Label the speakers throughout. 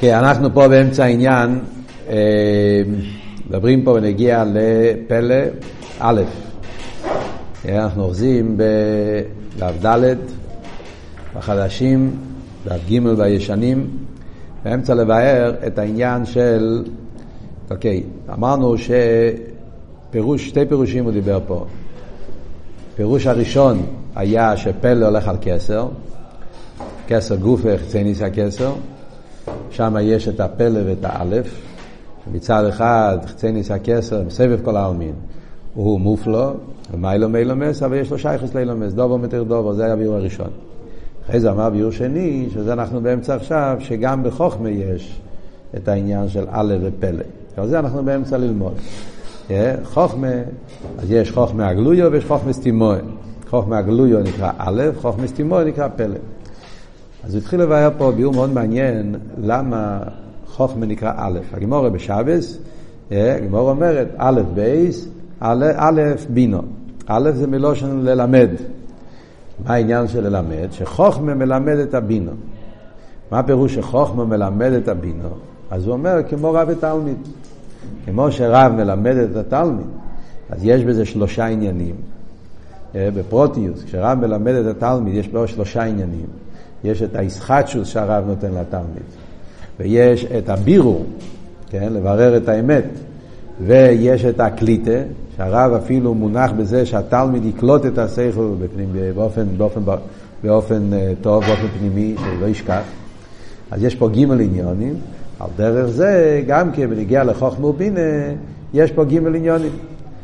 Speaker 1: כן, אנחנו פה באמצע העניין, מדברים פה ונגיע לפלא א'. אנחנו אוחזים בדף ד' בחדשים, דף ג' בישנים, באמצע לבאר את העניין של, אוקיי, אמרנו שתי פירושים הוא דיבר פה. פירוש הראשון היה שפלא הולך על כסר, כסר גוף וחצי הכסר, שם יש את הפלא ואת האלף. מצד אחד חצי ניס הכסר מסבב כל העלמין הוא מופלו ומיילו מילומס, אבל יש לו שייכוס לילומס, דובר מתיר דובר. זה היה הביור הראשון. אחרי זה אמר ביור שני, שזה אנחנו באמצע עכשיו, שגם בחוכמה יש את העניין של אלף ופלא. על זה אנחנו באמצע ללמוד חוכמה. אז יש חוכמה הגלויו ויש חוכמה סתימוי. חוכמה הגלויו נקרא אלף, חוכמה סתימוי נקרא פלא. אז התחיל לבאר פה ביור מאוד מעניין למה חוכמה נקרא א'. הגמורה בשבס, הגמורה אומרת א' בייס, א' בינו. א' זה מלושן ללמד. מה העניין של ללמד? שחוכמה מלמד את הבינו. מה הפירוש שחוכמה מלמד את הבינו? אז הוא אומר כמו רב ותלמיד. כמו שרב מלמד את התלמיד, אז יש בזה שלושה עניינים. בפרוטיוס, כשרב מלמד את התלמיד יש בו שלושה עניינים. יש את הישחטשוס שהרב נותן לתלמיד, ויש את הבירור, כן, לברר את האמת, ויש את הקליטה, שהרב אפילו מונח בזה שהתלמיד יקלוט את השכל באופן טוב, באופן פנימי, שלא ישכח. אז יש פה ג' עניונים. על דרך זה, גם כי בנגיע לחוכמה ובינה, יש פה ג' עניונים.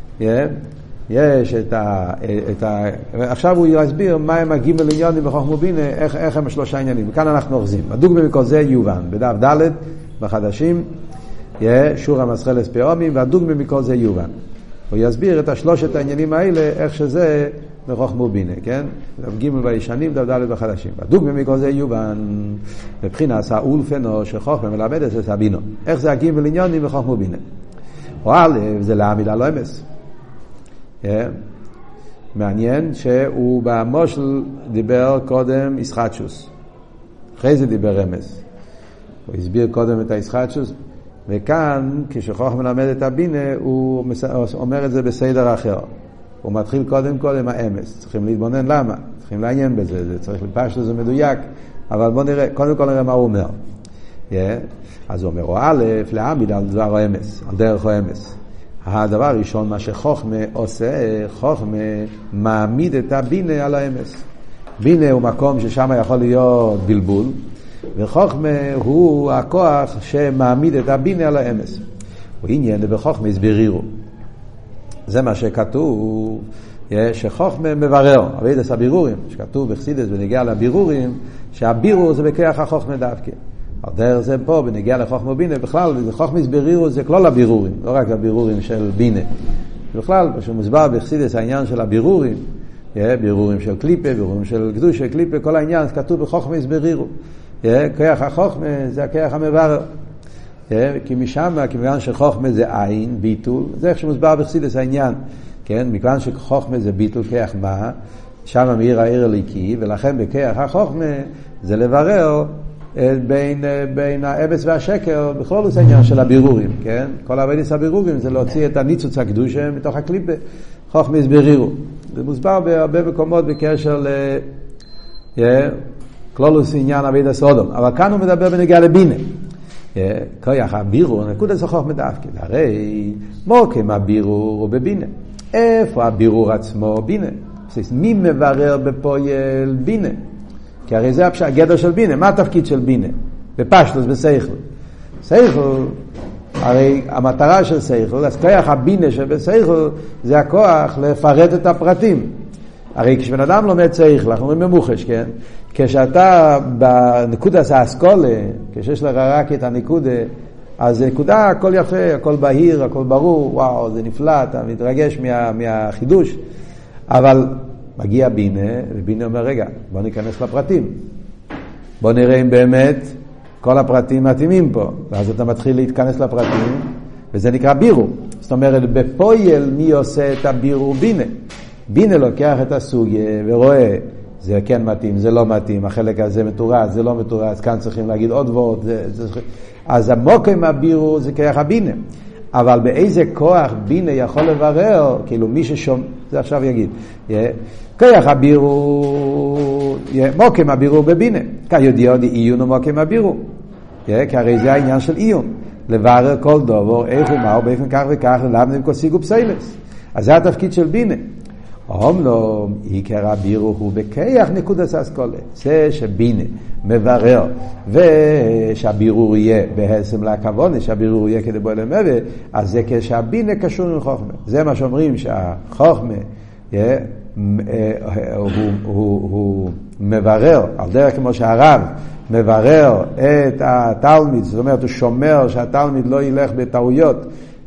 Speaker 1: יש עכשיו הוא יסביר מה הם הגימל עניונים בחוכמה ובינה, איך הם שלושה עניינים. וכאן אנחנו אוחזים. הדוגמה מכל זה יובן. בדף ד' בחדשים, שורה מסחלס פעמים, והדוגמה מכל זה יובן. הוא יסביר את השלושת העניינים האלה, איך שזה בחוכמה ובינה, כן? דף ג' בישנים, דף ד' בחדשים. הדוגמה מכל זה יובן. בבחינה עשה אולפנו שחוכמה מלמדת את הבינו. איך זה הגימל עניונים בחוכמה ובינה? או א', זה להעמיד על האמס. מעניין שהוא במושל דיבר קודם ישחטשוס, אחרי זה דיבר רמז. הוא הסביר קודם את הישחטשוס, וכאן כשחוכמה מלמד את הבינה הוא אומר את זה בסדר אחר. הוא מתחיל קודם כל עם האמס. צריכים להתבונן למה, צריכים לעניין בזה, זה צריך לפשט, זה מדויק, אבל בוא נראה, קודם כל נראה מה הוא אומר. אז הוא אומר, או א', להעמיד על דבר האמס, על דרך האמס. הדבר הראשון, מה שחוכמה עושה, חוכמה מעמיד את הבינה על האמס. בינה הוא מקום ששם יכול להיות בלבול, וחוכמה הוא הכוח שמעמיד את הבינה על האמס. הוא עניין בחוכמה הסבירירו. זה מה שכתוב, שחוכמה מברר, עבודת הבירורים, שכתוב בחסידות ונגיע לבירורים, שהבירור זה בכוח החוכמה דווקא. על דרך זה פה, בנגיע לחוכמה ובינה, בכלל, חוכמה הסבירירו זה כלל הבירורים, לא רק הבירורים של בינה. בכלל, כשמוסבר בחסידות העניין של הבירורים, בירורים של קליפה, בירורים של קדוש של קליפה, כל העניין כתוב בחוכמה הסבירירו. כוח החוכמה זה הכוח המברר. כי משם, כיוון שחוכמה זה עין, ביטול, זה איך שמוסבר בחסידות העניין. כן, מכיוון שחוכמה זה ביטול, כוח מה, שם מאיר העיר אליקי, ולכן בכוח החוכמה זה לברר בין האמס והשקר, בכל זה העניין של הבירורים, כן? כל עבודת הבירורים זה להוציא את הניצוץ הקדושה מתוך הקליפה, חוכמה הסבירירו. זה מוסבר בהרבה מקומות בקשר לכלולוס עניין עבודת סודום, אבל כאן הוא מדבר בנגיעה לבינה. כוח הבירור, נקודת החוכמה דווקא. הרי מוקם הבירור הוא בבינה. איפה הבירור עצמו? בינה. מי מברר בפועל? בינה. כי הרי זה הגדר של בינה. מה התפקיד של בינה? בפשטוס, בשכל. שכל, הרי המטרה של שכל, אז כוח הבינה שבשכל, זה הכוח לפרט את הפרטים. הרי כשבן אדם לומד שכל, אנחנו אומרים במוחש, כן? כשאתה בנקודה האסכולה, כשיש לך רק את הנקודה, אז נקודה הכל יפה, הכל בהיר, הכל ברור, וואו, זה נפלא, אתה מתרגש מהחידוש. אבל מגיע בינה, ובינה אומר, רגע, בוא ניכנס לפרטים. בוא נראה אם באמת כל הפרטים מתאימים פה. ואז אתה מתחיל להתכנס לפרטים, וזה נקרא בירור. זאת אומרת, בפועל מי עושה את הבירור? בינה. בינה לוקח את הסוגיה ורואה, זה כן מתאים, זה לא מתאים, החלק הזה מתורץ, זה לא מתורץ, כאן צריכים להגיד עוד ועוד. אז המוקם הבירו זה כוח הבינה. אבל באיזה כוח בינה יכול לברר, כאילו מי ששומע, זה עכשיו יגיד, כוח הבירו, מוקם הבירו בבינה. כיודע עיון ומוקם הבירו. כי הרי זה העניין של עיון. לברר כל דבר, איך ומה, באופן כך וכך, ללמד כל סיגו פסילס. אז זה התפקיד של בינה. אומנם עיקר הבירו הוא בכיח נקודת אסכולה. זה שבינה מברר, ושהבירור יהיה בהסם להכוונה, שהבירור יהיה כדי בוא למבה, אז זה כשהבינה קשור עם חוכמה. זה מה שאומרים שהחוכמה הוא מברר, על דרך כמו שהרב מברר את התלמיד, זאת אומרת הוא שומר שהתלמיד לא ילך בטעויות,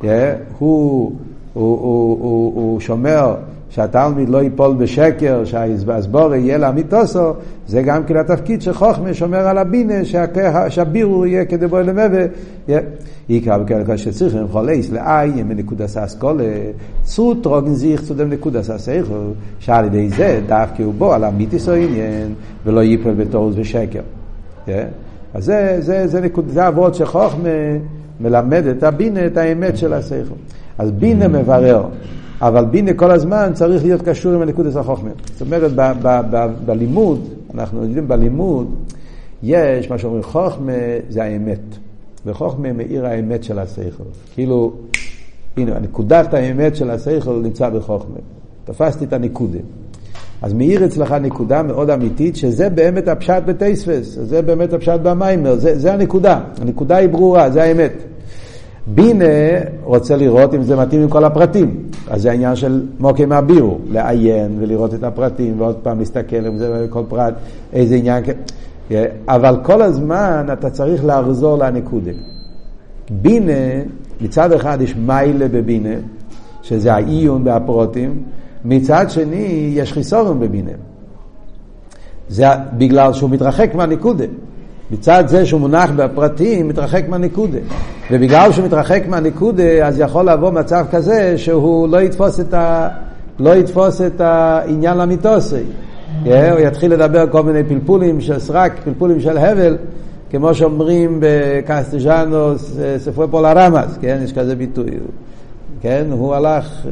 Speaker 1: הוא שומר שהתלמיד לא ייפול בשקר, שההסבור יהיה לאמיתוסו. זה גם כן התפקיד שחוכמה שומר על הבינה, שהבירור יהיה כדי בוא למבה. עיקר בכלל שצריכים חולייס לעין מנקודת האסכולה, צרות רוגן זיך צודם נקודת האסכולה, שעל ידי זה דווקא הוא בו על אמיתיס או עניין, ולא ייפול בטעות ושקר. אז זה עבוד שחוכמה מלמד את הבינה את האמת של השכל. אז בינה מברר, אבל בינה כל הזמן צריך להיות קשור עם הנקודת החוכמה. זאת אומרת, בלימוד, אנחנו יודעים בלימוד, יש מה שאומרים, חוכמה זה האמת. וחוכמה מאיר האמת של השכל. כאילו, הנה, נקודת האמת של השכל נמצא בחוכמה. תפסתי את הנקודה. אז מאיר אצלך נקודה מאוד אמיתית, שזה באמת הפשט בתייספס, זה באמת הפשט במיימר, זה הנקודה. הנקודה היא ברורה, זה האמת. בינה רוצה לראות אם זה מתאים עם כל הפרטים. אז זה העניין של מוקם הבירו, לעיין ולראות את הפרטים, ועוד פעם להסתכל אם זה כל פרט, איזה עניין. אבל כל הזמן אתה צריך לחזור לנקודה. בינה, מצד אחד יש מיילה בבינה, שזה העיון בהפרוטים, מצד שני יש חיסורון בבינה. זה בגלל שהוא מתרחק מהנקודה. מצד זה שהוא מונח בפרטים, מתרחק מהנקודה. ובגלל שהוא מתרחק מהנקודה, אז יכול לבוא מצב כזה שהוא לא יתפוס את העניין למיתוסי. הוא יתחיל לדבר כל מיני פלפולים של סרק, פלפולים של הבל, כמו שאומרים בקסטג'אנוס, ספרי פול הרמז, כן? יש כזה ביטוי. כן? הוא הלך...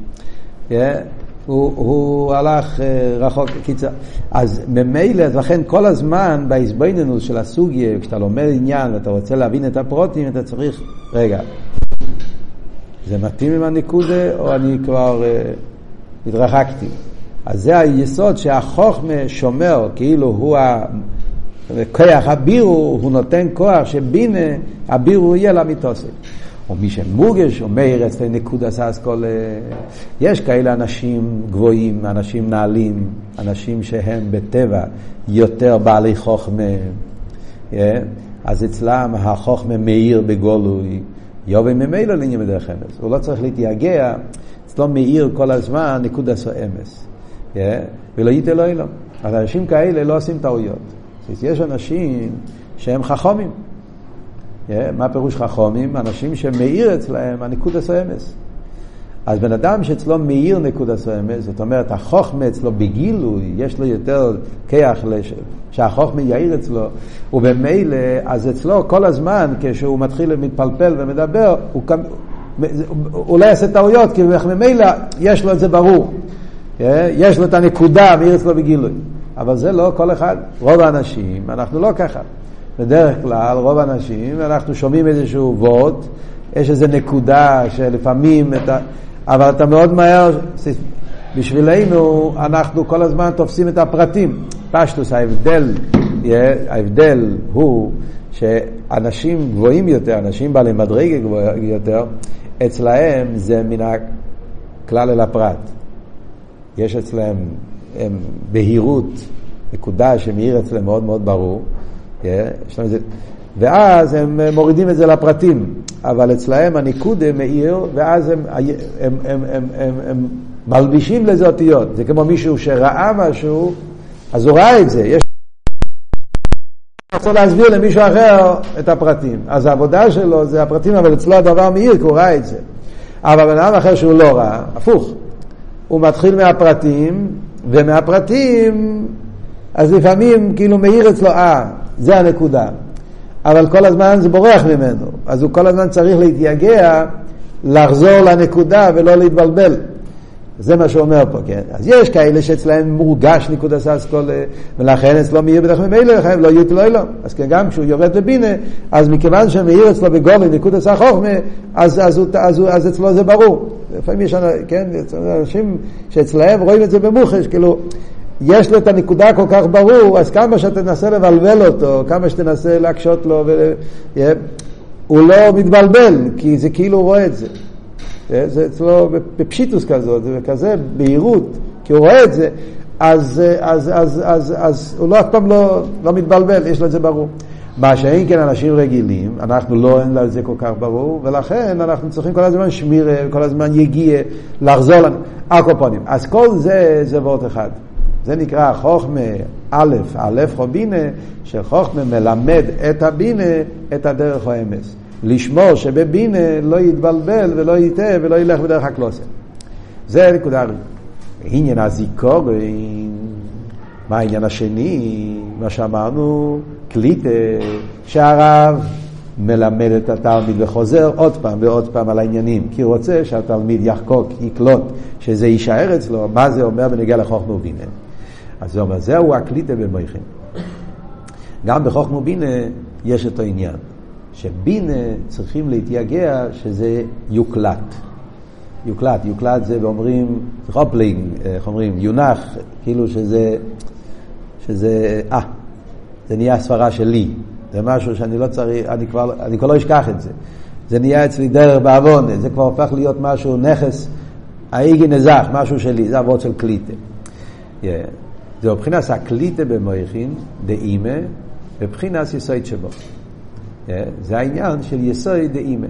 Speaker 1: הוא הלך רחוק קיצר. אז ממילא, לכן כל הזמן בהסביננות של הסוגיה, כשאתה לומד עניין ואתה רוצה להבין את הפרוטים, אתה צריך, רגע, זה מתאים עם הנקודה או אני כבר התרחקתי? אז זה היסוד שהחוכמה שומר, כאילו הוא כוח הבירו, הוא נותן כוח שבינה הבירו יהיה למיתוסי. או מי שמוגש או מאיר אצלי נקודה ססקול, יש כאלה אנשים גבוהים, אנשים נעלים, אנשים שהם בטבע יותר בעלי חוכמה, אז אצלם החוכמה מאיר בגולוי, יובי ממילא לעניין בדרך אמס, הוא לא צריך להתייגע, אצלו מאיר כל הזמן נקודה סו אמס, ולא ייתה לא אילום. אז אנשים כאלה לא עושים טעויות. יש אנשים שהם חכמים. מה פירוש חכמים? אנשים שמאיר אצלהם הנקודה סו אמס. אז בן אדם שאצלו מאיר נקודה סו אמס, זאת אומרת, החוכמה אצלו בגילוי, יש לו יותר כיח שהחוכמה יאיר אצלו, ובמילא, אז אצלו כל הזמן, כשהוא מתחיל מתפלפל ומדבר, הוא לא יעשה טעויות, כי ממילא יש לו את זה ברור. יש לו את הנקודה, מאיר אצלו בגילוי. אבל זה לא כל אחד. רוב האנשים, אנחנו לא ככה. בדרך כלל, רוב האנשים, אנחנו שומעים איזשהו וורט, יש איזו נקודה שלפעמים, אבל אתה מאוד מהר, בשבילנו, אנחנו כל הזמן תופסים את הפרטים. פשטוס, ההבדל הוא שאנשים גבוהים יותר, אנשים בעלי מדרגה גבוהה יותר, אצלהם זה מן הכלל אל הפרט. יש אצלהם בהירות, נקודה שמאיר אצלהם מאוד מאוד ברור, ואז הם מורידים את זה לפרטים, אבל אצלהם הניקודה מאיר, ואז הם מלבישים לזה אותיות. זה כמו מישהו שראה משהו, אז הוא ראה את זה. צריך להסביר למישהו אחר את הפרטים. אז העבודה שלו זה הפרטים, אבל אצלו הדבר מאיר, כי הוא ראה את זה. אבל בן אדם אחר שהוא לא ראה, הפוך. הוא מתחיל מהפרטים, ומהפרטים אז לפעמים כאילו מאיר אצלו, זה הנקודה. אבל כל הזמן זה בורח ממנו. אז הוא כל הזמן צריך להתייגע, לחזור לנקודה ולא להתבלבל. זה מה שהוא אומר פה, כן? אז יש כאלה שאצלהם מורגש נקודת האסכולה, ולכן אצלו מאיר בדרך ממילא, חייב לא יוט לא. אז כן, גם כשהוא יורד לבינה, אז מכיוון שמאיר אצלו בגולי נקודת החוכמה, אז אצלו זה ברור. לפעמים יש אנשים שאצלהם רואים את זה במוחש, כאילו, יש לו את הנקודה כל כך ברור, אז כמה שתנסה לבלבל אותו, כמה שתנסה להקשות לו, הוא לא מתבלבל, כי זה כאילו הוא רואה את זה. זה אצלו בפשיטוס כזאת, וכזה בהירות, כי הוא רואה את זה, אז הוא לא אף פעם לא מתבלבל, יש לו את זה ברור. מה שאין כן אנשים רגילים, אנחנו לא אין לו את זה כל כך ברור, ולכן אנחנו צריכים כל הזמן שמירה, כל הזמן יגיע, לחזור לנו, הקופונים. אז כל זה וורט אחד. זה נקרא חוכמה א' חובינה, שחוכמה מלמד את הבינה, את הדרך האמס. לשמור שבבינה לא יתבלבל ולא יטעה ולא ילך בדרך הקלוסה. זה נקודה. עניין הזיכרון, מה העניין השני? מה שאמרנו, קליטה, שהרב מלמד את התלמיד וחוזר עוד פעם ועוד פעם על העניינים, כי הוא רוצה שהתלמיד יחקוק, יקלוט, שזה יישאר אצלו, מה זה אומר בנגיע לחוכמה ובינה. אז זה אומר, זהו הקליטה במויכין. גם בחוכמה ובינה יש אותו עניין. שבינה צריכים להתייגע שזה יוקלט. יוקלט זה ואומרים, חופלינג, איך אומרים, יונח, כאילו שזה, זה נהיה ספרה שלי. זה משהו שאני לא צריך, אני כבר לא אשכח את זה. זה נהיה אצלי דרך בעוון, זה כבר הופך להיות משהו נכס, האיגי נזח, משהו שלי, זה עבוד של קליטה. זה מבחינת הקליטה במויכין, דאימה, מבחינת יסוד שבו. זה העניין של יסוד דאימה.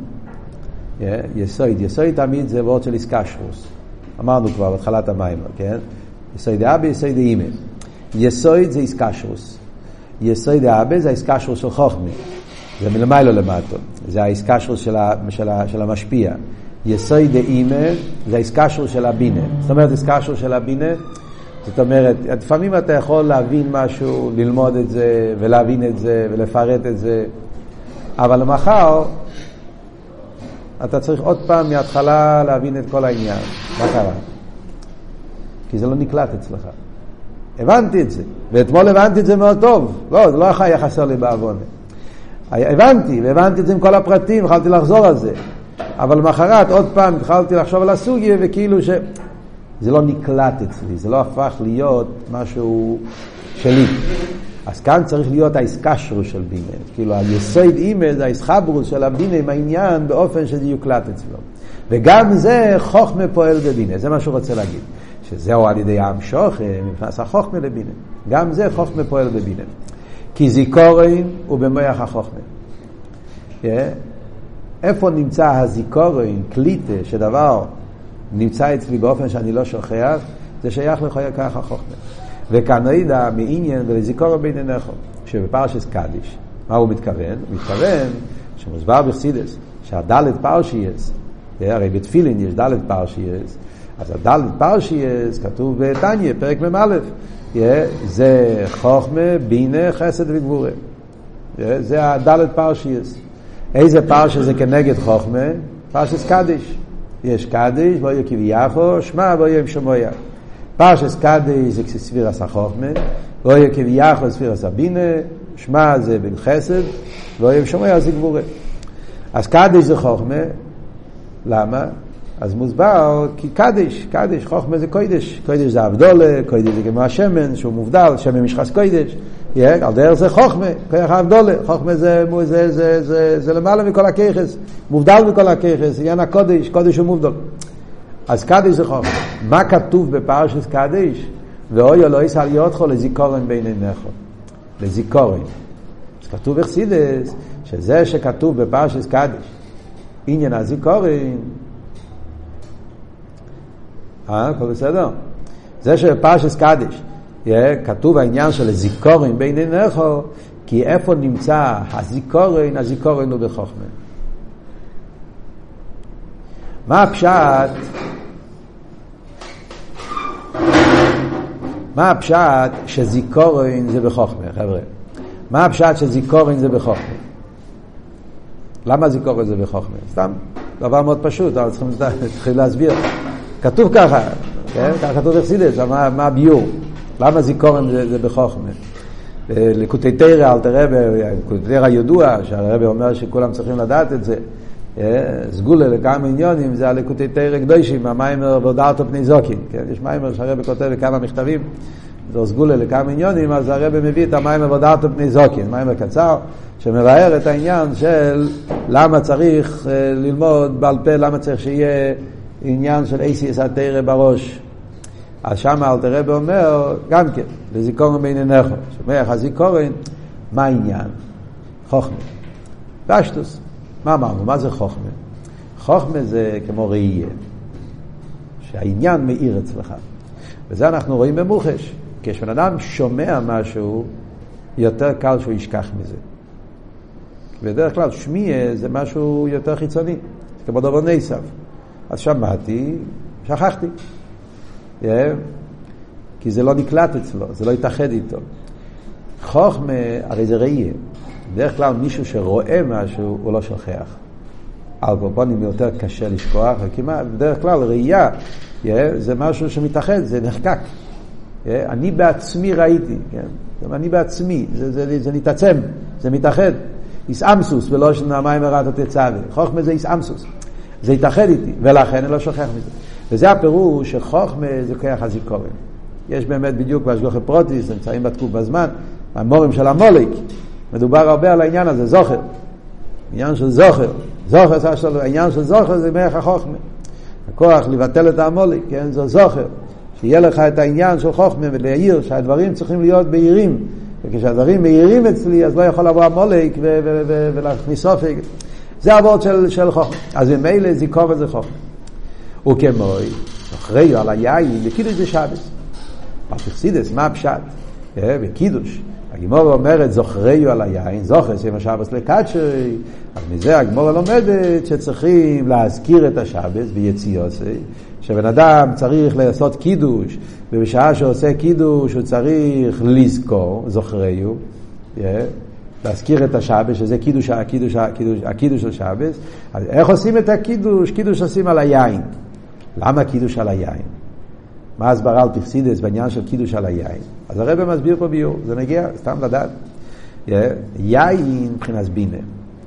Speaker 1: יסוד תמיד זה וורט של איסקשרוס. אמרנו כבר בתחילת המים, כן? יסוד דאבא, יסוד דאימה. יסוד זה איסקשרוס. יסוד דאבא זה האיסקשרוס של חוכמה. זה מלמיילו למטו. זה האיסקשרוס של המשפיע. יסוד דאימה זה האיסקשרוס של הבינה. זאת אומרת, איסקשרוס של הבינה, זאת אומרת, לפעמים אתה יכול להבין משהו, ללמוד את זה, ולהבין את זה, ולפרט את זה, אבל למחר, אתה צריך עוד פעם מההתחלה להבין את כל העניין. מה קרה? כי זה לא נקלט אצלך. הבנתי את זה, ואתמול הבנתי את זה מאוד טוב. לא, זה לא היה חסר לי בעוון. והבנתי את זה עם כל הפרטים, התחלתי לחזור על זה. אבל למחרת עוד פעם התחלתי לחשוב על הסוגיה, וכאילו זה לא נקלט אצלי, זה לא הפך להיות משהו שלי. אז כאן צריך להיות האיסקשרוס של בינה. כאילו היסוד אימה זה האיסחברוס של הבינה עם העניין באופן שזה יוקלט אצלו. וגם זה חוכמה פועל בבינה. זה מה שהוא רוצה להגיד. שזהו על ידי המשוך, מבחינת החוכמה לבינה. גם זה חוכמה פועל בבינה. כי זיכרון הוא במוח החוכמה. איפה נמצא הזיכרון, קליטה, שדבר נמצא אצלי באופן שאני לא שוכח, זה שייך לכך החוכמה. וכאן נדע מעניין ולזיכרון בין עיניך, שבפרשס קדיש, מה הוא מתכוון? הוא מתכוון שמוסבר בחסידות, שהדלת פרשייס, הרי בתפילין יש דלת פרשייס, אז הדלת פרשייס כתוב בתניא, פרק מ"א, זה חוכמה, בינה, חסד וגבורה. זה הדלת פרשייס. איזה פרשייס זה כנגד חוכמה? פרשס קדיש. יש קדיש, בואי כביכול, שמע בואי עם שמויה. פרשס קדיש זה ספירס החוכמה, בואי כביכול ספירס הבינה, שמע זה בין חסד, בואי עם שמויה זה גבורה. אז קדיש זה חוכמה, למה? אז מוסבר, כי קדיש, חוכמה זה קודש, קודש זה אבדולה, קודש זה כמו השמן, שהוא מובדל, שמן משחס קודש, על דרך זה חוכמה, כוח אבדולה, חוכמה זה למעלה מכל הכיחס, מובדל מכל הכיחס, עניין הקודש, קודש הוא מובדל. אז קדיש זה חוכמה. מה כתוב בפרשת קדיש? ואוי אלוהי על יותך לזיכרון בין עיניך. לזיכרון. אז כתוב בחסידות, שזה שכתוב בפרשת קדיש, עניין הזיכרון, הכל בסדר? זה שבפרשת קדיש כתוב העניין של זיכרון בין עיניך, כי איפה נמצא הזיכרון? הזיכרון הוא בחוכמה. מה הפשט? מה הפשט שזיכורין זה בחוכמה, חבר'ה? מה הפשט שזיכורין זה בחוכמה? למה זיכורין זה בחוכמה? סתם, דבר מאוד פשוט, אבל צריכים להסביר. כתוב ככה, כן? ככה כתוב בחסידות, מה הביור? למה זיכורין זה בחוכמה? לקוטי תורה, אל תראה, לקוטי תורה ידוע, שהרבא אומר שכולם צריכים לדעת את זה. סגולה לכמה עניונים, זה הלקוטי תורה קדושים, המיימר והודעת פני זוקין. יש מיימר שהרבא כותב בכמה מכתבים, זה סגולה לכמה עניונים, אז הרבא מביא את המיימר והודעת פני זוקין. מיימר קצר, שמבאר את העניין של למה צריך ללמוד בעל פה, למה צריך שיהיה עניין של אייסיס התורה בראש. אז שם אלתר רבי אומר, גם כן, לזיכורן בעניינך. שאומר, הזיכורן, מה העניין? חוכמה. פשטוס. מה אמרנו? מה זה חוכמה? חוכמה זה כמו ראייה. שהעניין מאיר אצלך. וזה אנחנו רואים במוחש. כשבן אדם שומע משהו, יותר קל שהוא ישכח מזה. בדרך כלל, שמיע זה משהו יותר חיצוני. כמו דבר ניסב. אז שמעתי, שכחתי. כי זה לא נקלט אצלו, זה לא יתאחד איתו. חוכמה, הרי זה ראייה. בדרך כלל מישהו שרואה משהו, הוא לא שוכח. אלקופונים יותר קשה לשכוח, וכמעט, בדרך כלל ראייה, זה משהו שמתאחד, זה נחקק. אני בעצמי ראיתי, אני בעצמי, זה נתעצם, זה מתאחד. איסאמסוס, ולא שנאמיים הרעת התצאווה. חוכמה זה איסאמסוס. זה יתאחד איתי, ולכן אני לא שוכח מזה. וזה הפירוש שחוכמה זה כוח הזיכורן. יש באמת בדיוק בהשגחה פרוטיס, נמצאים בתקוף בזמן, המורים של המולק, מדובר הרבה על העניין הזה, זוכר. עניין של זוכר. העניין של זוכר זה מח החוכמה. הכוח לבטל את המולק, כן? זה זוכר. שיהיה לך את העניין של חוכמה ולהעיר שהדברים צריכים להיות בהירים. וכשהדברים מהירים אצלי, אז לא יכול לבוא המולק ולהכניס סופק. זה העבוד של חוכמה. אז ממילא זיכורן זה חוכמה. וכמוי, זוכריו על היין, בקידוש זה שבס. בחסידות, מה הפשט? בקידוש. הגמרא אומרת, זוכריו על היין, זוכר, זה מה שבס לקדשי. אז מזה הגמרא לומדת שצריכים להזכיר את השבס ביציאוסי, שבן אדם צריך לעשות קידוש, ובשעה שעושה קידוש הוא צריך לזכור, זוכריו, להזכיר את השבס, שזה הקידוש של שבס. אז איך עושים את הקידוש? קידוש עושים על היין. למה קידוש על היין? מה הסברה על פרסידס בעניין של קידוש על היין? אז הרב מסביר פה ביור, זה נגיע, סתם לדעת. יין מבחינת בינה.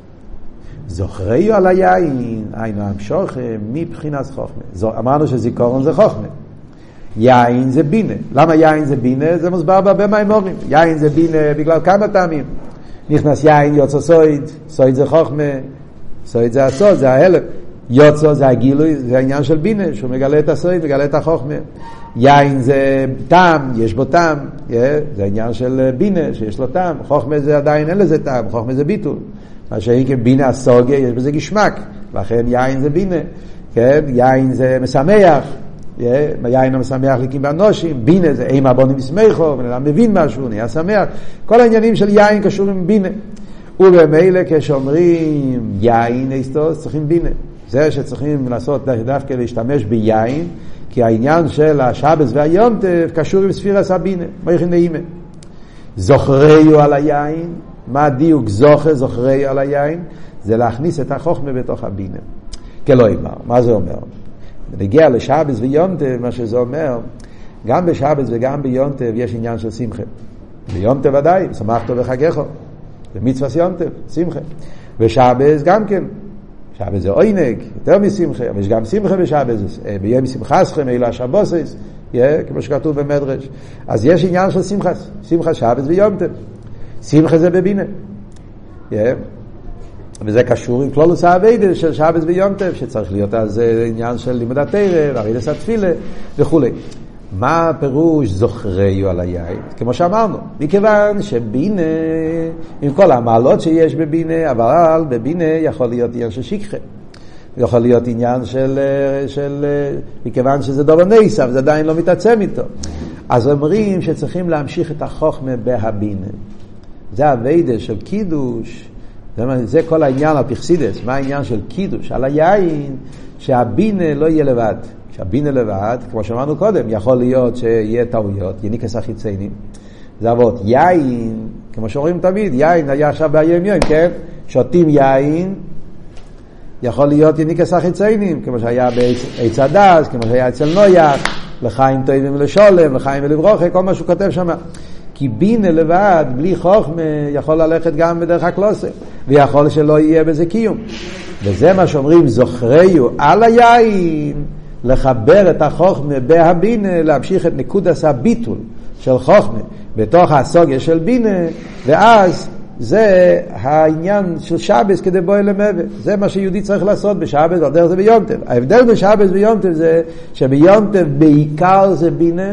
Speaker 1: זוכריו על היין, היינו המשוכם מבחינת חוכמה. אמרנו שזיכרון זה חוכמה. יין זה בינה. למה יין זה בינה? זה מוסבר בהרבה מהאמורים. יין זה בינה בגלל כמה טעמים. נכנס יין, יוצא סויד, סויד זה חוכמה, סויד זה הסוד, זה ההלם. יוצא זה הגילוי, זה העניין של בינה, שהוא מגלה את הסויד, מגלה את החוכמה. יין זה טעם, יש בו טעם, זה העניין של בינה, שיש לו טעם. חוכמה זה עדיין אין לזה טעם, חוכמה זה ביטול. מה שהיא כבינה הסוגה, יש בזה גשמק, לכן יין זה בינה. כן? יין זה משמח, יין המשמח ליקים באנושים, בינה זה אימה בונים מסמכו, בן מבין משהו, נהיה שמח. כל העניינים של יין קשורים עם בינה. ובמילא כשאומרים יין איסטוס, צריכים בינה. זה שצריכים לעשות דווקא להשתמש ביין, כי העניין של השבס והיום קשור עם ספירס הבינה, מייכין נעימה. זוכריו על היין, מה דיוק זוכריו על היין? זה להכניס את החוכמה בתוך הבינה. כלא אמר, מה זה אומר? נגיע לשבס ויונטב, מה שזה אומר, גם בשבס וגם ביונטב יש עניין של שמחה. ביונטב ודאי, שמחתו בחגךו. זה מצווה יונטב, שמחה. ושבס גם כן. שבס זה עונג, יותר משמחה, אבל יש גם שמחה בשבס. ביום שמחתכם, אלו השבוסס, כמו שכתוב במדרש. אז יש עניין של שמחה שבס ויונטב. שמחה זה בבינה. וזה קשור עם כלולוס העבודה של שבס ויונטב, שצריך להיות אז עניין של לימוד התורה, ועבודת התפילה וכו'. מה הפירוש זוכריו על היין? כמו שאמרנו, מכיוון שבינה, עם כל המעלות שיש בבינה, אבל בבינה יכול להיות עניין של שכחה. יכול להיות עניין של מכיוון שזה דבר ניסה, וזה עדיין לא מתעצם איתו. אז אומרים שצריכים להמשיך את החוכמה בהבינה. זה העבודה של קידוש, זה כל העניין על פרסידס. מה העניין של קידוש? על היין, שהבינה לא יהיה לבד. שהבינה לבד, כמו שאמרנו קודם, יכול להיות שיהיה טעויות, יניקס החיציינים. זה עבוד יין, כמו שאומרים תמיד, יין היה עכשיו ביום יום, כן? שותים יין, יכול להיות יניקס החיציינים, כמו שהיה בעץ הדס, כמו שהיה אצל נויח, לחיים טובים ולשולם, לחיים ולברוכה, כל מה שהוא כותב שם. כי בינה לבד, בלי חוכמה, יכול ללכת גם בדרך הקלוסה, ויכול שלא יהיה בזה קיום. וזה מה שאומרים, זוכריו על היין, לחבר את החוכמה בהבינה, להמשיך את נקודת הביטול של חוכמה, בתוך הסוגיה של בינה, ואז זה העניין של שבס כדי בוא אל המוות. זה מה שיהודי צריך לעשות בשבס, ועל דרך זה ביום טוב. ההבדל בשבס ביום טוב זה שביום טוב בעיקר זה בינה,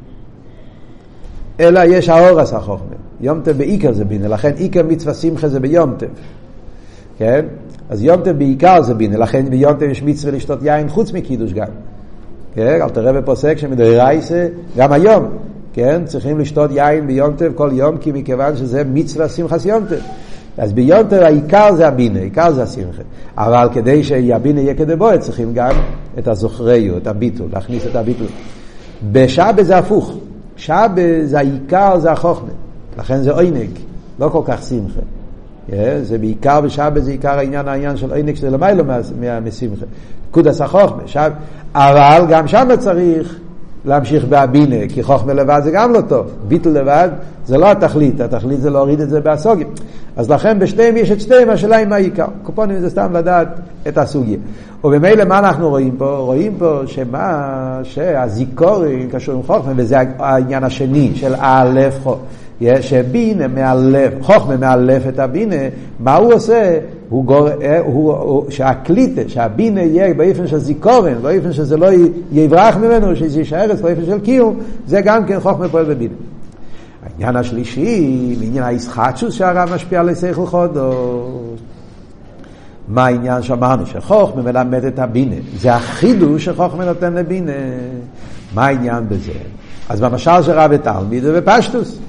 Speaker 1: אלא יש האורס החוכמה. יום טוב בעיקר זה בינה, לכן עיקר מצווה שמחה זה ביום טוב. כן? אז יום טוב בעיקר זה בינה, לכן ביום טוב יש מצווה לשתות יין חוץ מקידוש גם. כן? אל תראה בפוסק שמדרייסה, גם היום. כן? צריכים לשתות יין ביום טוב כל יום, כי מכיוון שזה מצווה שמחת יום טוב. אז ביום טוב העיקר זה הבינה, העיקר זה השמחה. אבל כדי שהבינה יהיה כדבואת, צריכים גם את הזוכריות, את הביטול, להכניס את הביטול. בשבת זה הפוך. שבת זה העיקר, זה החוכמה. לכן זה עונג, לא כל כך שמחה. זה בעיקר בשבת, זה עיקר העניין של עונג, שזה למיילו מהשמחה. קודש החוכמה. אבל גם שם צריך להמשיך בהבינה, כי חוכמה לבד זה גם לא טוב. ביטול לבד זה לא התכלית, התכלית זה להוריד את זה בהסוגיה. אז לכן בשתיהם יש את שתיהם, השאלה עם העיקר. קופונים זה סתם לדעת את הסוגיה. ובמילא מה אנחנו רואים פה? רואים פה שהזיכורין קשור עם חוכמה, וזה העניין השני של האלף חוכמה. שבינה מאלף, חוכמה מאלף את הבינה, מה הוא עושה? שהקליטה, שהבינה יהיה באופן של זיכורן, באופן שזה לא יברח ממנו, שזה יישאר באופן של קיום, זה גם כן חוכמה פועל בבינה. העניין השלישי, לעניין הישחטשוס שהרב משפיע על שכל חודש. מה העניין שאמרנו? שחוכמה מלמד את הבינה. זה החידוש שחוכמה נותן לבינה. מה העניין בזה? אז במשל של רב ותלמיד זה בפשטוס.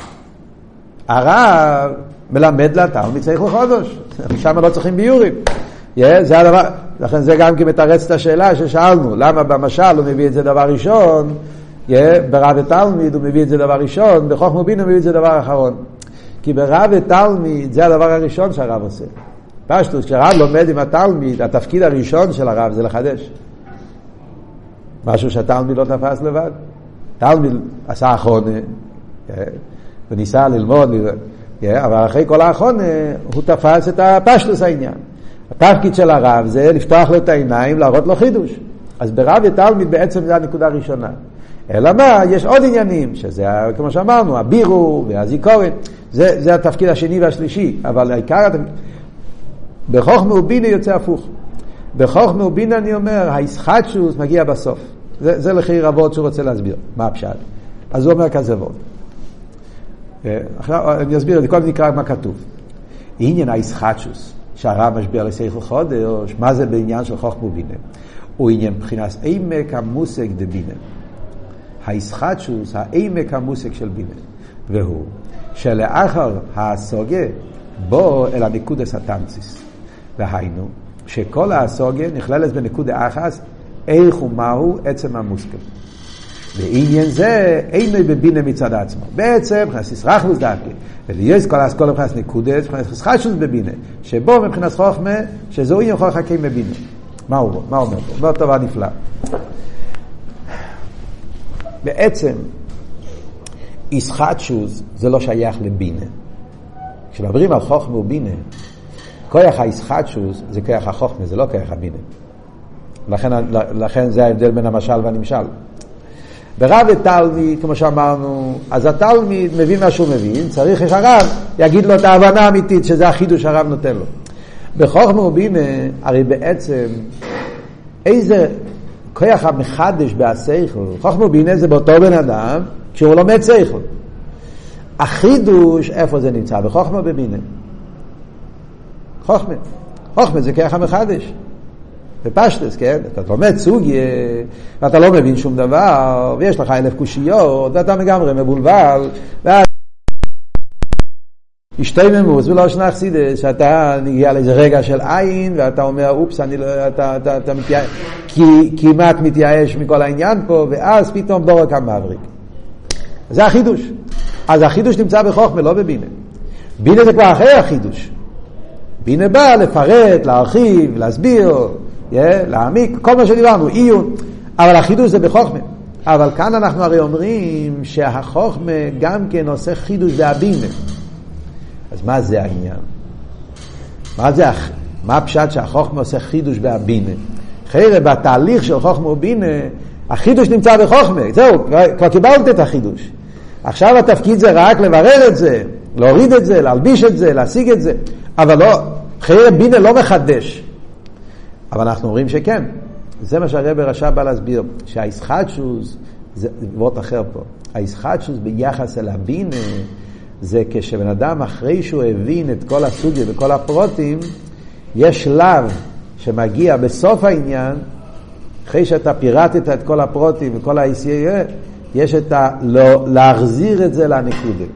Speaker 1: הרב מלמד לתלמיד שכל חודש. משם לא צריכים ביורים. זה הדבר, לכן זה גם כי מתרץ את השאלה ששאלנו. למה במשל הוא מביא את זה דבר ראשון? ברב ותלמיד הוא מביא את זה דבר ראשון, בחוכמה ובינה הוא מביא את זה דבר אחרון. כי ברב ותלמיד זה הדבר הראשון שהרב עושה. פשטוס, כשהרב לומד עם התלמיד, התפקיד הראשון של הרב זה לחדש. משהו שהתלמיד לא תפס לבד. תלמיד עשה אחרונה, וניסה ללמוד, אבל אחרי כל האחרונה הוא תפס את הפשטוס העניין. התפקיד של הרב זה לפתוח לו את העיניים, להראות לו חידוש. אז ברב ותלמיד בעצם זה הנקודה הראשונה. אלא מה? יש עוד עניינים, שזה כמו שאמרנו, הבירו והזיכורן, זה התפקיד השני והשלישי, אבל העיקר בחוכמה ובינה יוצא הפוך. בחוכמה ובינה אני אומר, הישחטשוס מגיע בסוף. זה לכי רבות שהוא רוצה להסביר. מה הפשט? אז הוא אומר כזה ווד. אני אסביר, אני קודם נקרא מה כתוב. עניין הישחטשוס, שהרב משביע לשכל חודש, מה זה בעניין של חוכמה ובינה? הוא עניין מבחינת עמק המושג דבינה. הישחטשוס, העמק המושג של בינה. והוא, שלאחר הסוגיה, בוא אל הנקודס התמציס. והיינו, שכל הסוגיה נכללת בנקודה אחת, איך ומהו עצם המושכל. ועניין זה אינו בבינה מצד עצמו. בעצם, מבחינת ישרחלוס דקה, ולהיות כל האסכולה מבחינת נקודס, מבחינת ישחטשוס בבינה, שבו מבחינת חוכמה, שזהו עניין חוכמה כמבינה. מה הוא אומר פה? אומר טובה נפלא. בעצם, ישחטשוס זה לא שייך לבינה. כשמדברים על חוכמה ובינה, כוח הישחטשוס זה כוח החוכמה, זה לא כוח הבינה. לכן זה ההבדל בין המשל והנמשל. ברב ותלמיד, כמו שאמרנו, אז התלמיד מבין מה שהוא מבין, צריך שהרב יגיד לו את ההבנה האמיתית, שזה החידוש שהרב נותן לו. בחוכמה ובינה, הרי בעצם, איזה כוח המחדש בהשכל, חוכמה ובינה זה באותו בן אדם, כשהוא לומד שכל. החידוש, איפה זה נמצא? בחוכמה ובינה. חוכמה. חוכמה זה כוח המחדש. בפשטס, כן? אתה לומד סוגיה, ואתה לא מבין שום דבר, ויש לך 1000 קושיות, ואתה לגמרי מבולבל, ואז השתוממות ולא שנה חסידס, שאתה נגיע לאיזה רגע של עין, ואתה אומר, אופס, אני לא, אתה מתייאש, כמעט מתייאש מכל העניין פה, ואז פתאום בורק המבריק. זה החידוש. אז החידוש נמצא בחוכמה, לא בבינה. בינה זה כבר אחרי החידוש. בינה בא לפרט, להרחיב, להסביר, להעמיק, כל מה שדיברנו, עיון. אבל החידוש זה בחוכמה. אבל כאן אנחנו הרי אומרים שהחוכמה גם כן עושה חידוש והבינה. אז מה זה העניין? מה הפשט שהחוכמה עושה חידוש והבינה? חיירה, בתהליך של חוכמה ובינה, החידוש נמצא בחוכמה. זהו, כבר קיבלת את החידוש. עכשיו התפקיד זה רק לברר את זה, להוריד את זה, להלביש את זה, להשיג את זה. אבל לא, חיירה בינה לא מחדש. אבל אנחנו אומרים שכן. זה מה שהרב רש"ב בא להסביר, שהישחטשוס, זה וורט אחר פה, הישחטשוס ביחס אל הבינה, זה כשבן אדם אחרי שהוא הבין את כל הסוגיה וכל הפרוטים, יש שלב שמגיע בסוף העניין, אחרי שאתה פירטת את כל הפרוטים וכל העשייה, יש את להחזיר את זה לנקודה.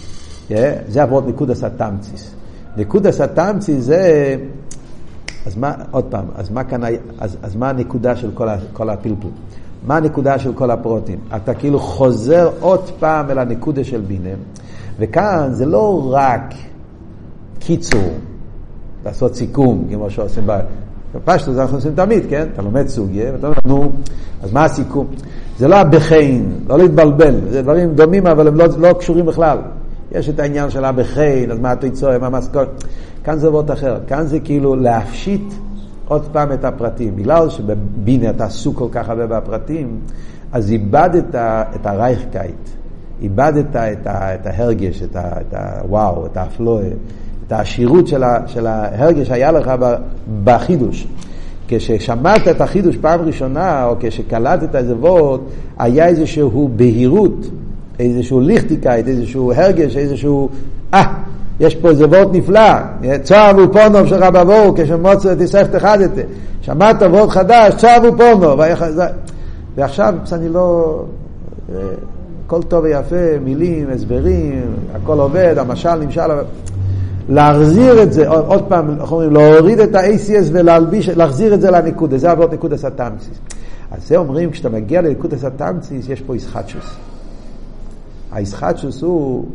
Speaker 1: זה עבוד נקודס התמציס. נקודס התמציס זה, אז מה, עוד פעם, אז מה הנקודה של כל הפלפול? מה הנקודה של כל הפרוטים? אתה כאילו חוזר עוד פעם אל הנקודה של בינה, וכאן זה לא רק קיצור, לעשות סיכום, כמו שעושים בפשטות, אנחנו עושים תמיד, כן? אתה לומד סוגיה, ואתה אומר, נו, אז מה הסיכום? זה לא הבחיין, לא להתבלבל, זה דברים דומים, אבל הם לא קשורים בכלל. יש את העניין של הבחיין, אז מה התוצאה, מה המשכורת. כאן זה עבוד אחר, כאן זה כאילו להפשיט עוד פעם את הפרטים. בגלל שבבינה אתה עסוק כל כך הרבה בפרטים, אז איבדת את הרייכקייט, איבדת את ההרגש, את הוואו, את האפלואה, את העשירות של ההרגש היה לך בחידוש. כששמעת את החידוש פעם ראשונה, או כשקלטת איזה וורט, היה איזשהו בהירות, איזשהו ליכטיקייט, איזשהו הרגש, איזשהו, יש פה איזה וורט נפלא, צועב ופונו של רב אבור, כשמוצא תספת חדת, שמעת וורט חדש, צועב ופונו, ועכשיו אני לא, הכל טוב ויפה, מילים, הסברים, הכל עובד, המשל נמשל, להחזיר את זה, עוד פעם, להוריד את ה-ACS ולהלביש, להחזיר את זה לנקודה, זה עבוד נקודס התמציס. אז זה אומרים, כשאתה מגיע לנקודס התמציס, יש פה ישחטשוס. הישחטשוס הוא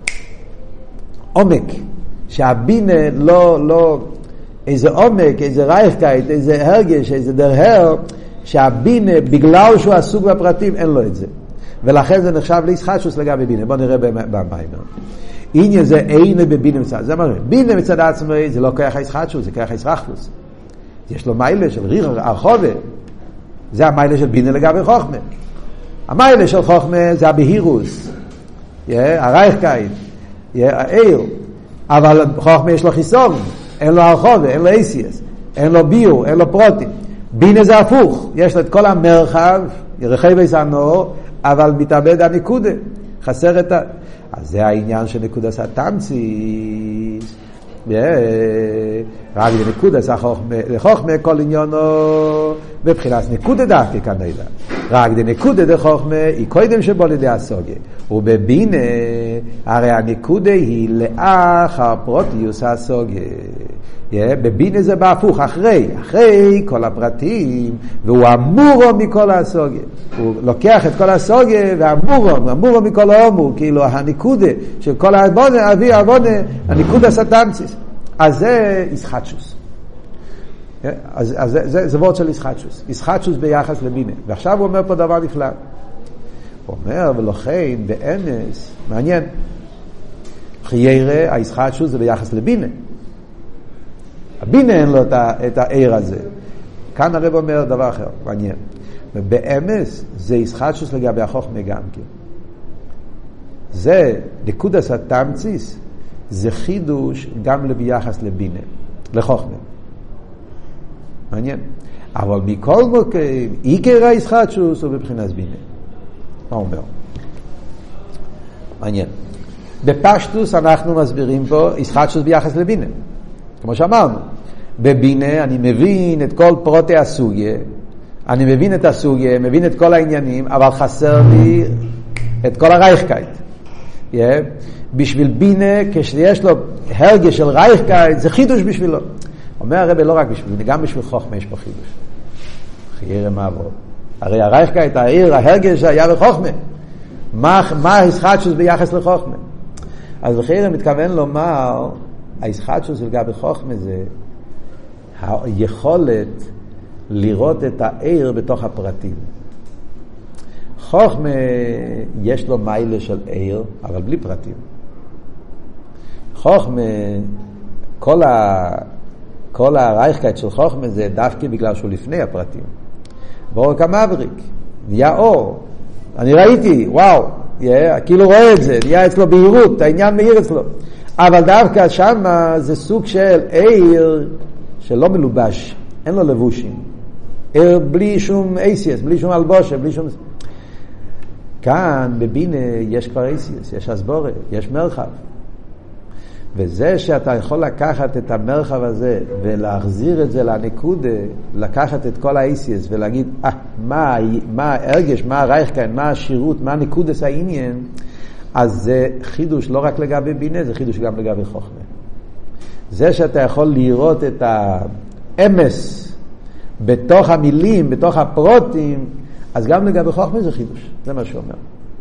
Speaker 1: עומק, שהבינה לא, איזה עומק, איזה רייכקייט, איזה הרגש, איזה דרהר, שהבינה, בגלל שהוא עסוק בפרטים, אין לו את זה. ולכן זה נחשב לישחטשוס לגבי בינה. בוא נראה במיימר. עניין זה אין בבינה מצד, זה אומר, בינה מצד עצמו זה לא כוח הישחטשוס, זה כוח הישרחפוס. יש לו מיילה של ריר הרחובה, זה המיילה של בינה לגבי חוכמה. המיילה של חוכמה זה הבהירוס, הרייכקייט, העיר, אבל חוכמה יש לו חיסון, אין לו הרחובה, אין לו ACS, אין לו ביור, אין לו פרוטים. בינה זה הפוך, יש לו את כל המרחב, ירחי ביסנו, אבל מתאבד הנקודה, חסר את אז זה העניין של נקודס התמציס. רק לנקודס החוכמה כל עניינו בבחינת נקודה דווקא כנראה. רק לנקודה דחוכמה היא קודם שבו לידי הסוגיה. ובבינה הרי הנקודה היא לאחר פרוטיוס הסוגיה. בבינה זה בהפוך, אחרי כל הפרטים, והוא אמורו מכל הסוגיה. הוא לוקח את כל הסוגיה ואמורו מכל האמור, כאילו הנקודה של כל העבונה, אבי העבונה, הנקודה סתמציס. אז זה ישחטשוס. אז זה וורט של ישחטשוס. ישחטשוס ביחס לבינה. ועכשיו הוא אומר פה דבר נפלא. הוא אומר, ולכן באנס, מעניין, חיירה, הישחטשוס זה ביחס לבינה. הבינה אין לו את העיר הזה. כאן הרב אומר דבר אחר, מעניין. ובאמס זה ישחטשוס לגבי החוכמה גם כן. זה נקודס התמציס, זה חידוש גם ביחס לבינה, לחוכמה. מעניין. אבל מכל מוקם, עיקר הישחטשוס הוא בבחינת בינה. מה אומר? מעניין. בפשטוס אנחנו מסבירים פה ישחטשוס ביחס לבינה. כמו שאמרנו, בבינה אני מבין את כל פרוטי הסוגיה, אני מבין את הסוגיה, מבין את כל העניינים, אבל חסר לי את כל הרייכקייט. בשביל בינה, כשיש לו הרגש של רייכקייט, זה חידוש בשבילו. אומר הרב, לא רק בשביל בינה, גם בשביל חוכמה יש פה חידוש. חיירה מעבור. הרי הרייכקייט, ההרגש היה בחוכמה. מה הישחטשוס ביחס לחוכמה? אז בחיירה מתכוון לומר, הישחטשוס לגבי חוכמה זה היכולת לראות את העיר בתוך הפרטים. חוכמה יש לו מיילה של עיר, אבל בלי פרטים. חוכמה, כל הרייכקייט של חוכמה זה דווקא בגלל שהוא לפני הפרטים. באור כמבריק, נהיה אור. אני ראיתי, וואו, כאילו רואה את זה, נהיה אצלו בהירות, העניין מהיר אצלו. אבל דווקא שם זה סוג של עיר שלא מלובש, אין לו לבושים. עיר בלי שום אייסיאס, בלי שום אלבושה, בלי שום... כאן בבינה יש כבר אייסיאס, יש הסבורה, יש מרחב. וזה שאתה יכול לקחת את המרחב הזה ולהחזיר את זה לנקודה, לקחת את כל האייסיאס ולהגיד, מה ההרגש, מה הרייכקייט, מה השירות, מה נקודס העניין, אז זה חידוש לא רק לגבי בינה, זה חידוש גם לגבי חוכמה. זה שאתה יכול לראות את האמס בתוך המילים, בתוך הפרוטים, אז גם לגבי חוכמה זה חידוש. זה מה שאומר.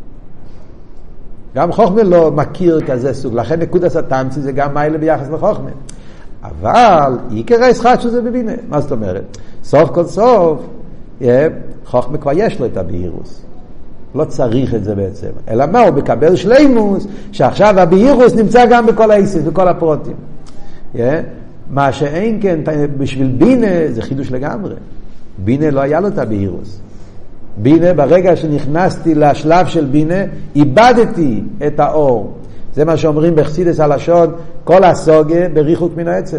Speaker 1: גם חוכמה לא מכיר כזה סוג. לכן נקודת התמצי זה גם מיילה ביחס לחוכמה. אבל עיקר הישחטשוס זה בבינה. מה זאת אומרת? סוף כל סוף, חוכמה כבר יש לו את הבהירוס. לא צריך את זה בעצם. אלא מה? הוא מקבל שלימוס, שעכשיו הבהירוס נמצא גם בכל האיסיס, בכל הפרוטים. מה שאין כן, בשביל בינה זה חידוש לגמרי. בינה לא היה לו את הבהירוס. בינה, ברגע שנכנסתי לשלב של בינה, איבדתי את האור. זה מה שאומרים בחסידס הלשון, כל הסוגיה בריחוק מן העצם.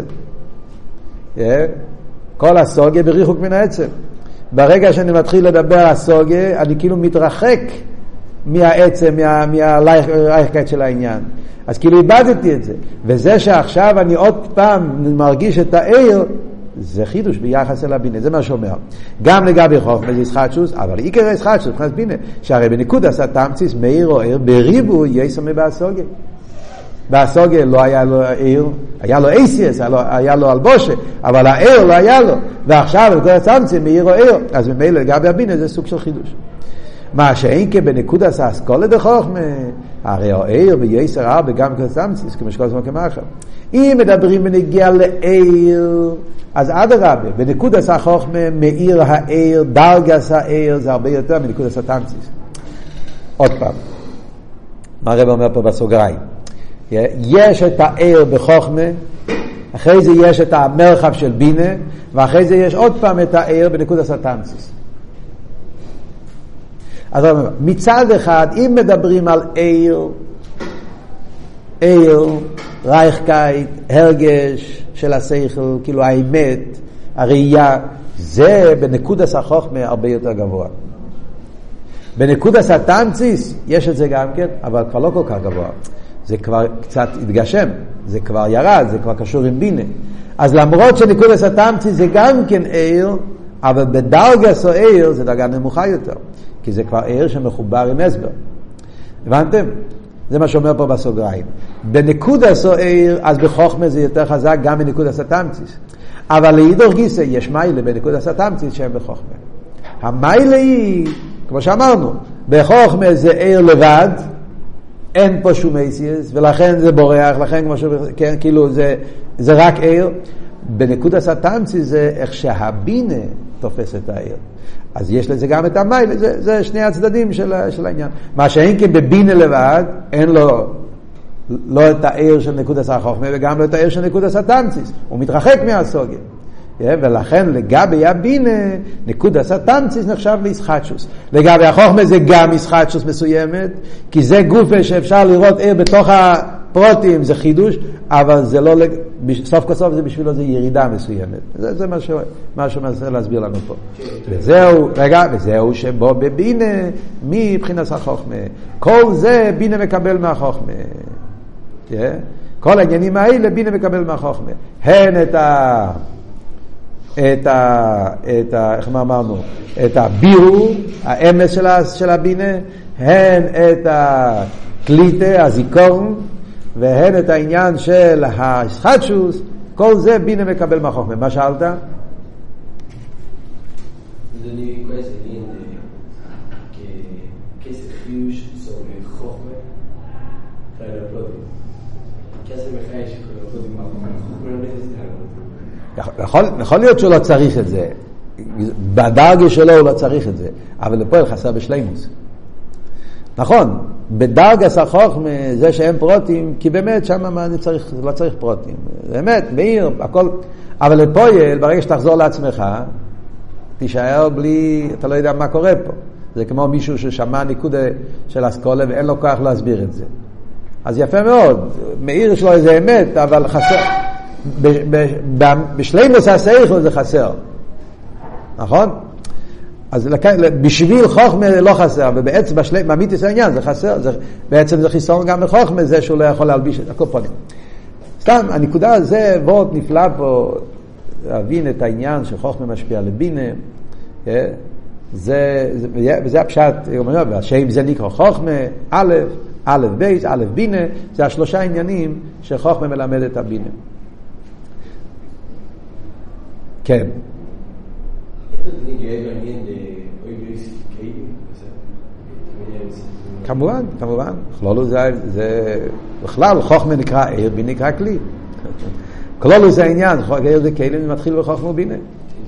Speaker 1: כל הסוגיה בריחוק מן העצם. ברגע שאני מתחיל לדבר על הסוגיה, אני כאילו מתרחק מהעצם, מהרייכקייט של העניין. אז כאילו איבדתי את זה. וזה שעכשיו אני עוד פעם מרגיש את העיר, זה חידוש ביחס אל הבינה, זה מה שאומר. גם לגבי חוכמה זה ישחטשוס, אבל עיקר ישחטשוס, מבחינת בינה, שהרי בנקודת התמצית מאיר או עיר, בריבו יסמא בהסוגיה. בהסוגיה לא היה לו עיר, היה לו אייסיאס, היה לו אלבושה, אבל העיר לא היה לו. ועכשיו בנקודת התמצית מאיר או עיר, אז ממילא לגבי הבינה זה סוג של חידוש. מה שאין כבנקודת האסכולה דחוכמה, הרי העיר ביסר הרבה גם בנקודת התמצית, כמו שכל זמן כמאחר. אם מדברים בנגיע לעיר, אז עד הרבה, בנקודת החוכמה, מאיר העיר, דרגס העיר, זה הרבה יותר מנקודת התמצית. עוד פעם, מה הרב אומר פה בסוגריים? יש את העיר בחוכמה, אחרי זה יש את המרחב של בינה, ואחרי זה יש עוד פעם את העיר בנקודת התמצית. אז מצד אחד, אם מדברים על עיר, רייכקייט, הרגש של השכל, כאילו האמת, הראייה, זה בנקודת החוכמה הרבה יותר גבוה. בנקודת התמצית יש את זה גם כן, אבל כבר לא כל כך גבוה. זה כבר קצת התגשם, זה כבר ירד, זה כבר קשור עם בינה. אז למרות שנקודת התמצית זה גם כן עיר, אבל בדרגס או עיר זה דרגה נמוכה יותר, כי זה כבר עיר שמחובר עם הסבר. הבנתם? זה מה שאומר פה בסוגריים. בנקודת או עיר, אז בחוכמה זה יותר חזק גם בנקודת התמצית. אבל להידור גיסא יש מיילה בנקודת התמצית שהם בחוכמה. המיילה היא, כמו שאמרנו, בחוכמה זה עיר לבד, אין פה שום אייסיאס, ולכן זה בורח, לכן כמו כן, כאילו זה רק עיר. בנקודת התמצית זה איך שהבינה תופס את העיר. אז יש לזה גם את המיילה, זה שני הצדדים של העניין. מה שאין כן בבינה לבד, אין לו לא את העיר של נקודת החוכמה, וגם לא את העיר של נקודת התמצית. הוא מתרחק מהסוגיה. ולכן לגבי הבינה, נקודת התמצית נחשב לישחטשוס. לגבי החוכמה זה גם ישחטשוס מסוימת, כי זה גופה שאפשר לראות עיר בתוך הפרוטים, זה חידוש, אבל זה לא, סוף כסוף זה בשבילו זה ירידה מסוימת. זה מה שמנסה להסביר לנו פה. וזהו שבו בבינה, מבחינת החוכמה. כל זה בינה מקבל מהחוכמה. כל העניינים האלה בינה מקבל מהחוכמה. הן איך אמרנו, את הבירו, האמס של הבינה, הן את הקליטה, הזיכרון, והן את העניין של הישחטשוס, כל זה בינה מקבל מהחוכמה. מה שאלת? יכול להיות שהוא לא צריך את זה, בדרגה שלו הוא לא צריך את זה, אבל לפועל חסר בשלימוס. נכון, בדרגה החוכמה זה שאין פרוטים, כי באמת שם לא צריך פרוטים, באמת, מאיר, הכל, אבל לפועל ברגע שתחזור לעצמך תישאר בלי, אתה לא יודע מה קורה פה. זה כמו מישהו ששמע ניקודה של אסכולה ואין לו כוח להסביר את זה, אז יפה מאוד, מאיר שלו איזה אמת, אבל חסר בשלימוס השכל זה חסר, נכון? אז בשביל חוכמה לא חסר, ובעצם באמיתיס העניין זה חסר, בעצם זה חיסרון גם בחוכמה, זה שהוא לא יכול להלביש את הכל פונים. סתם, הנקודה הזה, וורט נפלא פה, להבין את העניין שחוכמה משפיע לבינה, וזה הפשט, השם זה נקרא חוכמה, א' בייס, א' בינה, זה השלושה עניינים שחוכמה מלמד את הבינה. כן. כמובן, כלולו זה בכלל, חוכמה נקרא עיר, בינה נקרא כלי. כלולו זה העניין, עיר זה כלי, מתחיל בחוכמה ובינה.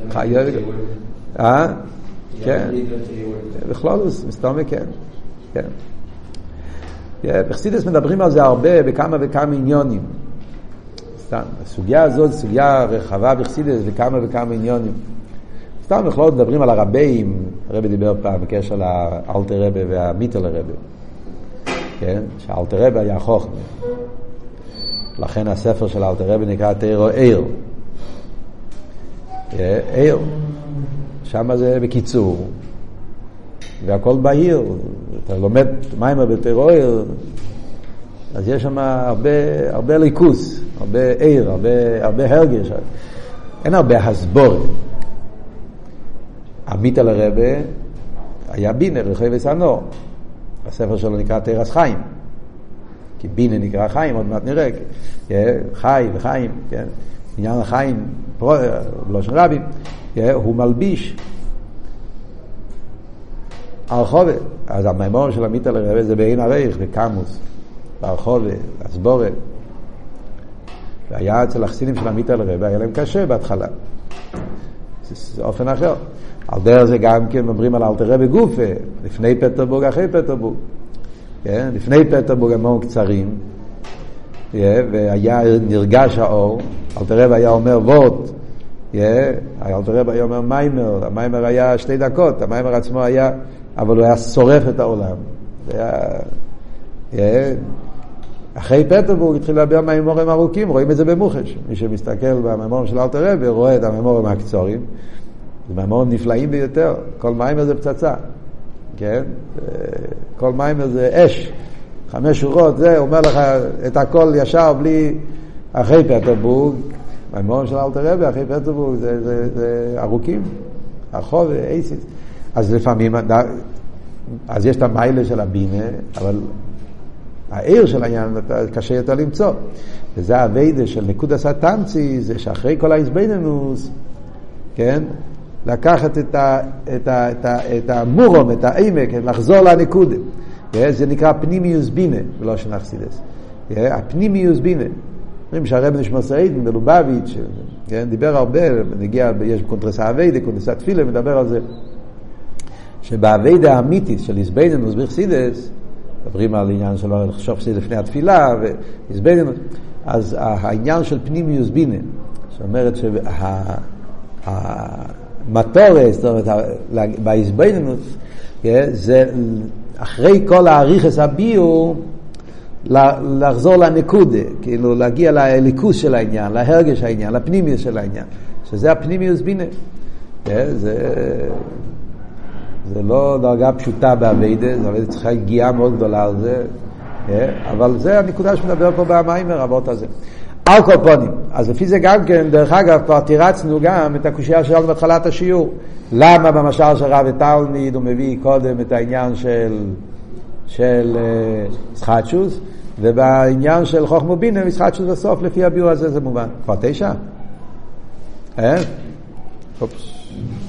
Speaker 1: כן. בכלולו, מסתובב, כן. בחסידות מדברים על זה הרבה, בכמה וכמה עניונים. סתם, הסוגיה הזאת, סוגיה רחבה בחסידות, וכמה וכמה עניונים. סתם בכלל מדברים על הרבים, הרבי דיבר פעם בקשר לאלטר רבי והמיטל רבי, כן? שהאלטר רבי היה חוכמה, לכן הספר של האלטר רבי נקרא תירו עיר, עיר, שם זה בקיצור, והכל בהיר, אתה לומד מיימר בתירו עיר, אז יש שם הרבה ליכוס, הרבה עיר, הרבה הרגש, אין הרבה הסבורת. המיטל הרבה היה בינה, רחוב וסנור. הספר שלו נקרא תרס חיים. כי בינה נקרא חיים, עוד מעט נראה. חי וחיים, כן? עניין החיים, לא של רבים, הוא מלביש הרחוב. אז המיימור של המיטל הרבה זה בעין הרייך, בקמוס, ברחוב, הסבורת. והיה אצל החסידים של המיטל הרבה, היה להם קשה בהתחלה. זה אופן אחר. על דרך זה גם כן מדברים על אלתר רבי גופה, לפני פטרבורג, אחרי פטרבורג. לפני פטרבורג המון קצרים, והיה נרגש האור, אלתר רבי היה אומר וורט, אלתר רבי היה אומר מיימר, המיימר היה 2 דקות, המיימר עצמו היה, אבל הוא היה שורף את העולם. אחרי פטרבורג התחיל להביע מיימורים ארוכים, רואים את זה במוחש. מי שמסתכל במיימורים של אלתר רבי רואה את המיימורים הקצרים, זה מאמרים נפלאים ביותר. כל מיימר זה פצצה, כן? כל מיימר זה אש, 5 שורות, זה אומר לך את הכל ישר בלי. אחרי פטרבורג, מאמרים של אלתר רבי אחרי פטרבורג זה ארוכים, החוב ואייסיס. אז לפעמים, אז יש את המיילה של הבינה, אבל העיר של העניין קשה יותר למצוא, וזה הווידה של נקודס התמצי, זה שאחרי כל ההסביננוס, כן, לקחת את המורום, את העמק, לחזור לנקודה. זה נקרא פנימיוס בינה, ולא שנחסידס. הפנימיוס בינה. אומרים שהרב נשמע סעיד בלובביץ', דיבר הרבה, נגיע, יש קונטרס האווידה, קונטרס התפילה, מדבר על זה, שבאווידה האמיתית של הסביננוס בחסידס, מדברים על העניין שלו לחשוב חסידס לפני התפילה, והסביננוס, אז העניין של פנימיוס בינה, שאומרת מטורס, זאת אומרת, בהסביננות, זה אחרי כל העריכס הביור, לחזור לנקודה, כאילו להגיע לליכוס של העניין, להרגש העניין, לפנימיוס של העניין, שזה הפנימיוס בינה. זה לא דרגה פשוטה בעבודה, זה צריכה הגיעה מאוד גדולה על זה, אבל זה הנקודה שמדבר פה במיימר, עבוד הזה. על כל פונים. אז לפי זה גם כן, דרך אגב, כבר תירצנו גם את הקושייה שלנו בתחילת השיעור. למה במשל של רב ותלמיד הוא מביא קודם את העניין של של ישחטשוס, ובעניין של חוכמה בינה ישחטשוס בסוף לפי הביור הזה זה מובן. כבר 9? אופס.